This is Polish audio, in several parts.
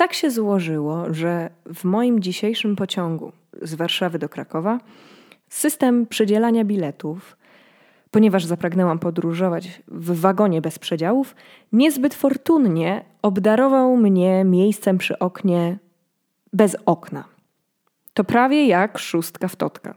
Tak się złożyło, że w moim dzisiejszym pociągu z Warszawy do Krakowa system przydzielania biletów, ponieważ zapragnęłam podróżować w wagonie bez przedziałów, niezbyt fortunnie obdarował mnie miejscem przy oknie bez okna. To prawie jak szóstka w Totka.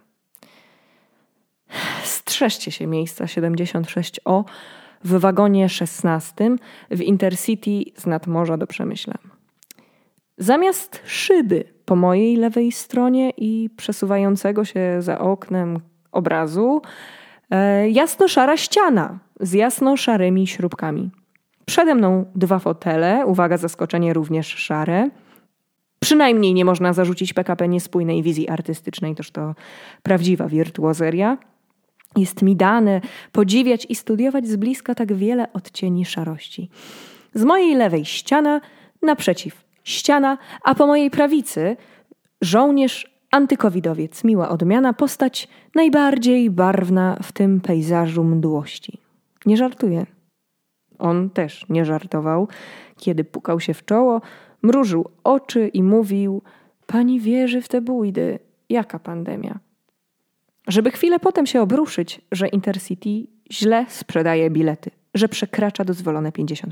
Strzeżcie się miejsca 76O w wagonie 16 w Intercity z nadmorza do Przemyśla. Zamiast szyby po mojej lewej stronie i przesuwającego się za oknem obrazu, jasno-szara ściana z jasno-szarymi śrubkami. Przede mną 2 fotele, uwaga, zaskoczenie również szare. Przynajmniej nie można zarzucić PKP niespójnej wizji artystycznej, toż to prawdziwa wirtuozeria. Jest mi dane podziwiać i studiować z bliska tak wiele odcieni szarości. Z mojej lewej ściana, naprzeciw ściana, a po mojej prawicy żołnierz antykowidowiec, miła odmiana, postać najbardziej barwna w tym pejzażu mdłości. Nie żartuję. On też nie żartował, kiedy pukał się w czoło, mrużył oczy i mówił: pani wierzy w te bójdy, jaka pandemia? Żeby chwilę potem się obruszyć, że Intercity źle sprzedaje bilety, że przekracza dozwolone 50%.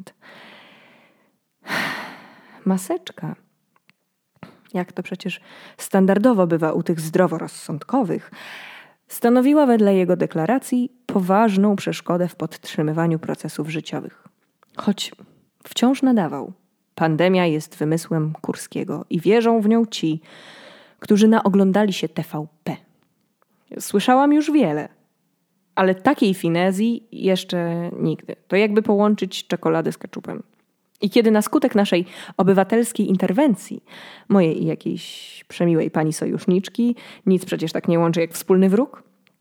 Maseczka, jak to przecież standardowo bywa u tych zdroworozsądkowych, stanowiła wedle jego deklaracji poważną przeszkodę w podtrzymywaniu procesów życiowych. Choć wciąż nadawał: pandemia jest wymysłem Kurskiego i wierzą w nią ci, którzy naoglądali się TVP. Słyszałam już wiele, ale takiej finezji jeszcze nigdy. To jakby połączyć czekoladę z keczupem. I kiedy na skutek naszej obywatelskiej interwencji, mojej i jakiejś przemiłej pani sojuszniczki, nic przecież tak nie łączy jak wspólny wróg,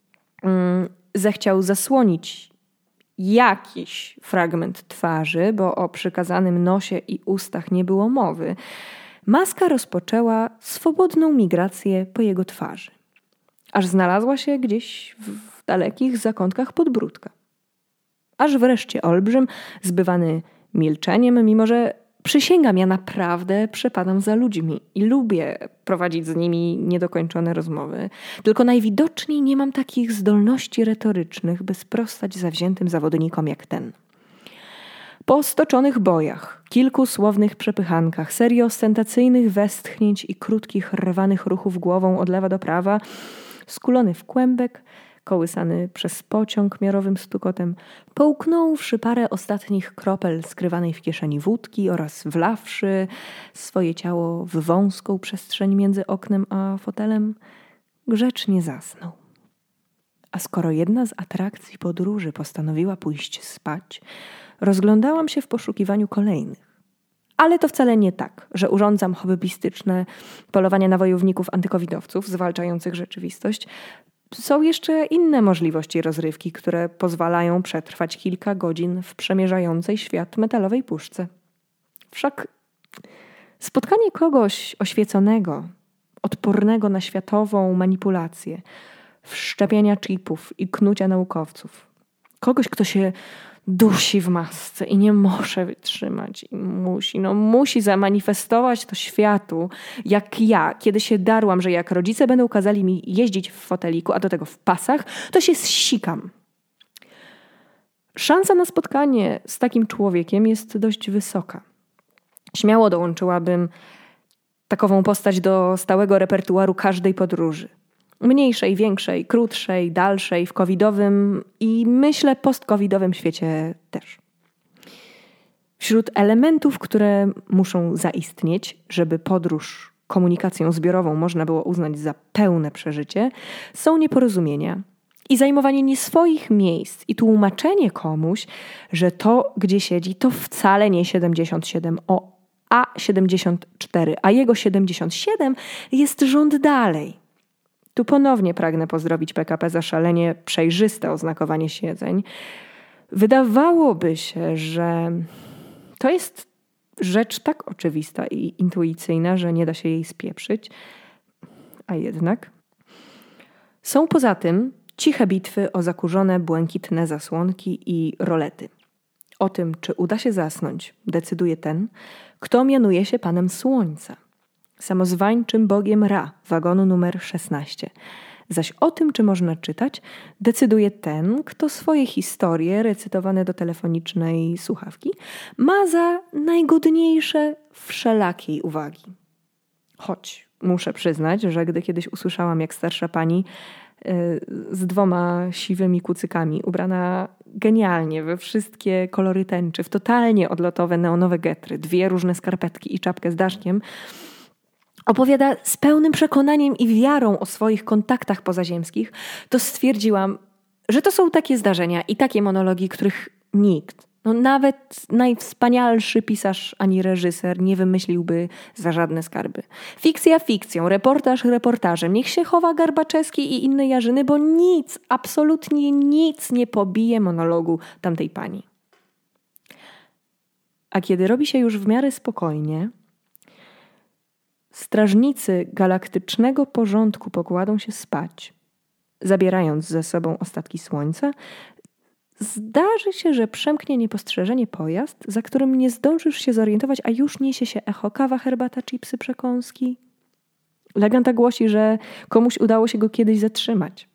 zechciał zasłonić jakiś fragment twarzy, bo o przykazanym nosie i ustach nie było mowy, maska rozpoczęła swobodną migrację po jego twarzy. Aż znalazła się gdzieś w dalekich zakątkach podbródka. Aż wreszcie olbrzym, zbywany milczeniem, mimo że przysięgam, ja naprawdę przepadam za ludźmi i lubię prowadzić z nimi niedokończone rozmowy. Tylko najwidoczniej nie mam takich zdolności retorycznych, by sprostać zawziętym zawodnikom jak ten. Po stoczonych bojach, kilku słownych przepychankach, serii ostentacyjnych westchnięć i krótkich, rwanych ruchów głową od lewa do prawa, skulony w kłębek, kołysany przez pociąg miarowym stukotem, połknąwszy parę ostatnich kropel skrywanej w kieszeni wódki oraz wlawszy swoje ciało w wąską przestrzeń między oknem a fotelem, grzecznie zasnął. A skoro jedna z atrakcji podróży postanowiła pójść spać, rozglądałam się w poszukiwaniu kolejnych. Ale to wcale nie tak, że urządzam hobbystyczne polowania na wojowników antykowidowców zwalczających rzeczywistość. Są jeszcze inne możliwości rozrywki, które pozwalają przetrwać kilka godzin w przemierzającej świat metalowej puszce. Wszak spotkanie kogoś oświeconego, odpornego na światową manipulację, wszczepiania chipów i knucia naukowców, kogoś, kto się dusi w masce i nie może wytrzymać i musi zamanifestować to światu, jak ja, kiedy się darłam, że jak rodzice będą kazali mi jeździć w foteliku, a do tego w pasach, to się zsikam. Szansa na spotkanie z takim człowiekiem jest dość wysoka. Śmiało dołączyłabym takową postać do stałego repertuaru każdej podróży. Mniejszej, większej, krótszej, dalszej, w covidowym i myślę post-covidowym świecie też. Wśród elementów, które muszą zaistnieć, żeby podróż komunikacją zbiorową można było uznać za pełne przeżycie, są nieporozumienia i zajmowanie nie swoich miejsc i tłumaczenie komuś, że to, gdzie siedzi, to wcale nie 77, a 74, a jego 77 jest rząd dalej. Tu ponownie pragnę pozdrowić PKP za szalenie przejrzyste oznakowanie siedzeń. Wydawałoby się, że to jest rzecz tak oczywista i intuicyjna, że nie da się jej spieprzyć. A jednak są poza tym ciche bitwy o zakurzone, błękitne zasłonki i rolety. O tym, czy uda się zasnąć, decyduje ten, kto mianuje się panem Słońca, samozwańczym bogiem Ra, wagonu numer 16. Zaś o tym, czy można czytać, decyduje ten, kto swoje historie recytowane do telefonicznej słuchawki ma za najgodniejsze wszelakiej uwagi. Choć muszę przyznać, że gdy kiedyś usłyszałam, jak starsza pani z 2 siwymi kucykami, ubrana genialnie we wszystkie kolory tęczy, w totalnie odlotowe neonowe getry, 2 różne skarpetki i czapkę z daszkiem, opowiada z pełnym przekonaniem i wiarą o swoich kontaktach pozaziemskich, to stwierdziłam, że to są takie zdarzenia i takie monologi, których nikt, nawet najwspanialszy pisarz ani reżyser nie wymyśliłby za żadne skarby. Fikcja fikcją, reportaż reportażem. Niech się chowa Garbaczewski i inne jarzyny, bo nic, absolutnie nic nie pobije monologu tamtej pani. A kiedy robi się już w miarę spokojnie, strażnicy galaktycznego porządku pokładą się spać, zabierając ze sobą ostatki słońca, zdarzy się, że przemknie niepostrzeżenie pojazd, za którym nie zdążysz się zorientować, a już niesie się echo, kawa, herbata, chipsy, przekąski. Legenda głosi, że komuś udało się go kiedyś zatrzymać.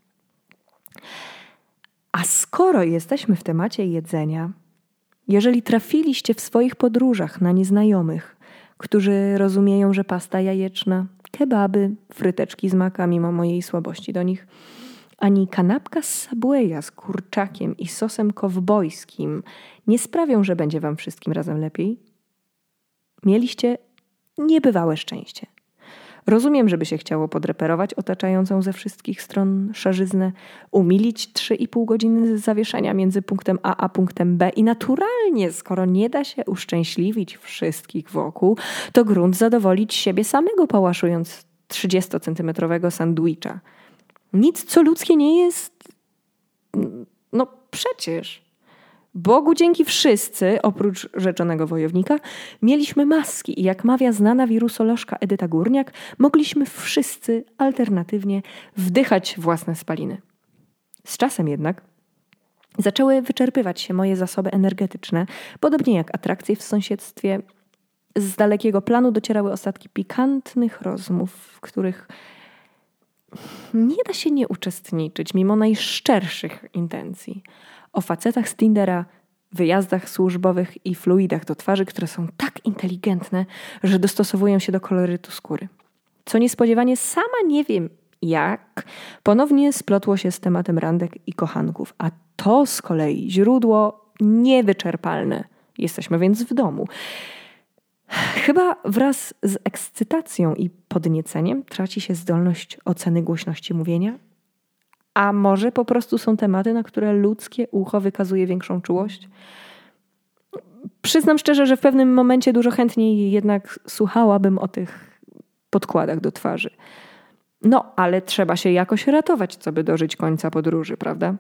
A skoro jesteśmy w temacie jedzenia, jeżeli trafiliście w swoich podróżach na nieznajomych, którzy rozumieją, że pasta jajeczna, kebaby, fryteczki z maka, mimo mojej słabości do nich, ani kanapka z Subwaya z kurczakiem i sosem kowbojskim nie sprawią, że będzie wam wszystkim razem lepiej, mieliście niebywałe szczęście. Rozumiem, żeby się chciało podreperować otaczającą ze wszystkich stron szarzyznę, umilić 3,5 godziny zawieszenia między punktem A a punktem B i naturalnie, skoro nie da się uszczęśliwić wszystkich wokół, to grunt zadowolić siebie samego, pałaszując 30-centymetrowego sandwicha. Nic, co ludzkie nie jest... No przecież... Bogu dzięki wszyscy, oprócz rzeczonego wojownika, mieliśmy maski i jak mawia znana wirusolożka Edyta Górniak, mogliśmy wszyscy alternatywnie wdychać własne spaliny. Z czasem jednak zaczęły wyczerpywać się moje zasoby energetyczne, podobnie jak atrakcje w sąsiedztwie. Z dalekiego planu docierały ostatki pikantnych rozmów, w których nie da się nie uczestniczyć mimo najszczerszych intencji. O facetach z Tindera, wyjazdach służbowych i fluidach do twarzy, które są tak inteligentne, że dostosowują się do kolorytu skóry. Co niespodziewanie, sama nie wiem jak, ponownie splotło się z tematem randek i kochanków, a to z kolei źródło niewyczerpalne. Jesteśmy więc w domu. Chyba wraz z ekscytacją i podnieceniem traci się zdolność oceny głośności mówienia. A może po prostu są tematy, na które ludzkie ucho wykazuje większą czułość? Przyznam szczerze, że w pewnym momencie dużo chętniej jednak słuchałabym o tych podkładach do twarzy. No, ale trzeba się jakoś ratować, co by dożyć końca podróży, prawda?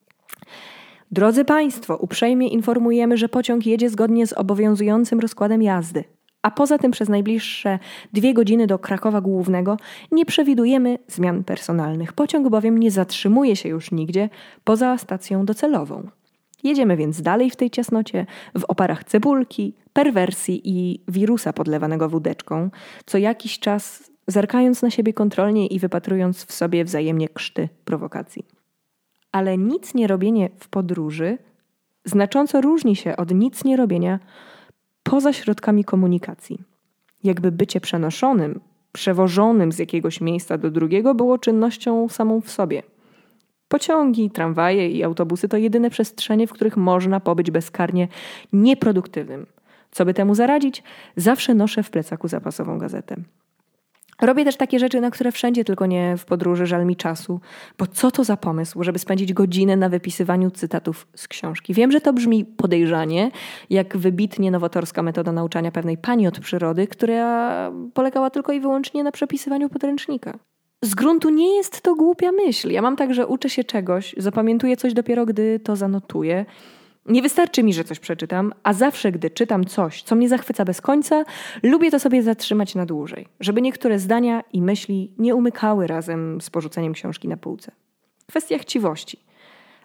Drodzy Państwo, uprzejmie informujemy, że pociąg jedzie zgodnie z obowiązującym rozkładem jazdy. A poza tym przez najbliższe 2 godziny do Krakowa Głównego nie przewidujemy zmian personalnych. Pociąg bowiem nie zatrzymuje się już nigdzie poza stacją docelową. Jedziemy więc dalej w tej ciasnocie, w oparach cebulki, perwersji i wirusa podlewanego wódeczką, co jakiś czas zerkając na siebie kontrolnie i wypatrując w sobie wzajemnie krzty prowokacji. Ale nic nie robienie w podróży znacząco różni się od nic nie robienia poza środkami komunikacji. Jakby bycie przenoszonym, przewożonym z jakiegoś miejsca do drugiego było czynnością samą w sobie. Pociągi, tramwaje i autobusy to jedyne przestrzenie, w których można pobyć bezkarnie nieproduktywnym. Co by temu zaradzić? Zawsze noszę w plecaku zapasową gazetę. Robię też takie rzeczy, na które wszędzie, tylko nie w podróży, żal mi czasu. Bo co to za pomysł, żeby spędzić godzinę na wypisywaniu cytatów z książki? Wiem, że to brzmi podejrzanie, jak wybitnie nowatorska metoda nauczania pewnej pani od przyrody, która polegała tylko i wyłącznie na przepisywaniu podręcznika. Z gruntu nie jest to głupia myśl. Ja mam tak, że uczę się czegoś, zapamiętuję coś dopiero, gdy to zanotuję. Nie wystarczy mi, że coś przeczytam, a zawsze, gdy czytam coś, co mnie zachwyca bez końca, lubię to sobie zatrzymać na dłużej, żeby niektóre zdania i myśli nie umykały razem z porzuceniem książki na półce. Kwestia chciwości.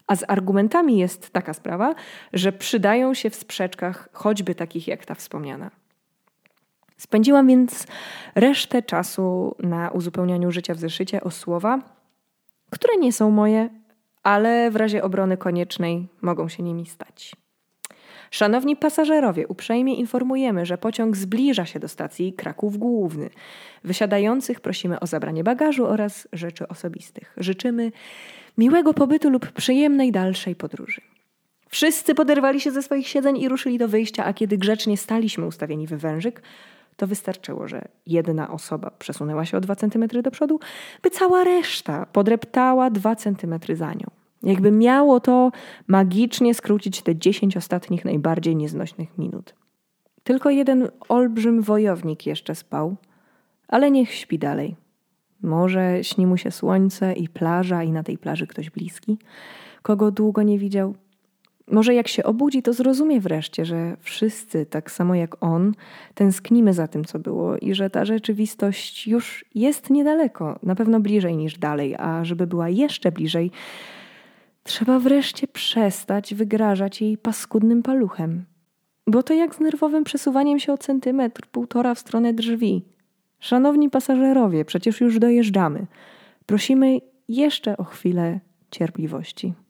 A z argumentami jest taka sprawa, że przydają się w sprzeczkach choćby takich jak ta wspomniana. Spędziłam więc resztę czasu na uzupełnianiu życia w zeszycie o słowa, które nie są moje, ale w razie obrony koniecznej mogą się nimi stać. Szanowni pasażerowie, uprzejmie informujemy, że pociąg zbliża się do stacji Kraków Główny. Wysiadających prosimy o zabranie bagażu oraz rzeczy osobistych. Życzymy miłego pobytu lub przyjemnej dalszej podróży. Wszyscy poderwali się ze swoich siedzeń i ruszyli do wyjścia, a kiedy grzecznie staliśmy ustawieni w wężyk, to wystarczyło, że jedna osoba przesunęła się o 2 centymetry do przodu, by cała reszta podreptała 2 centymetry za nią. Jakby miało to magicznie skrócić te 10 ostatnich najbardziej nieznośnych minut. Tylko jeden olbrzym wojownik jeszcze spał, ale niech śpi dalej. Może śni mu się słońce i plaża i na tej plaży ktoś bliski, kogo długo nie widział. Może jak się obudzi, to zrozumie wreszcie, że wszyscy, tak samo jak on, tęsknimy za tym, co było i że ta rzeczywistość już jest niedaleko, na pewno bliżej niż dalej, a żeby była jeszcze bliżej, trzeba wreszcie przestać wygrażać jej paskudnym paluchem. Bo to jak z nerwowym przesuwaniem się o 1-1,5 centymetra w stronę drzwi. Szanowni pasażerowie, przecież już dojeżdżamy. Prosimy jeszcze o chwilę cierpliwości.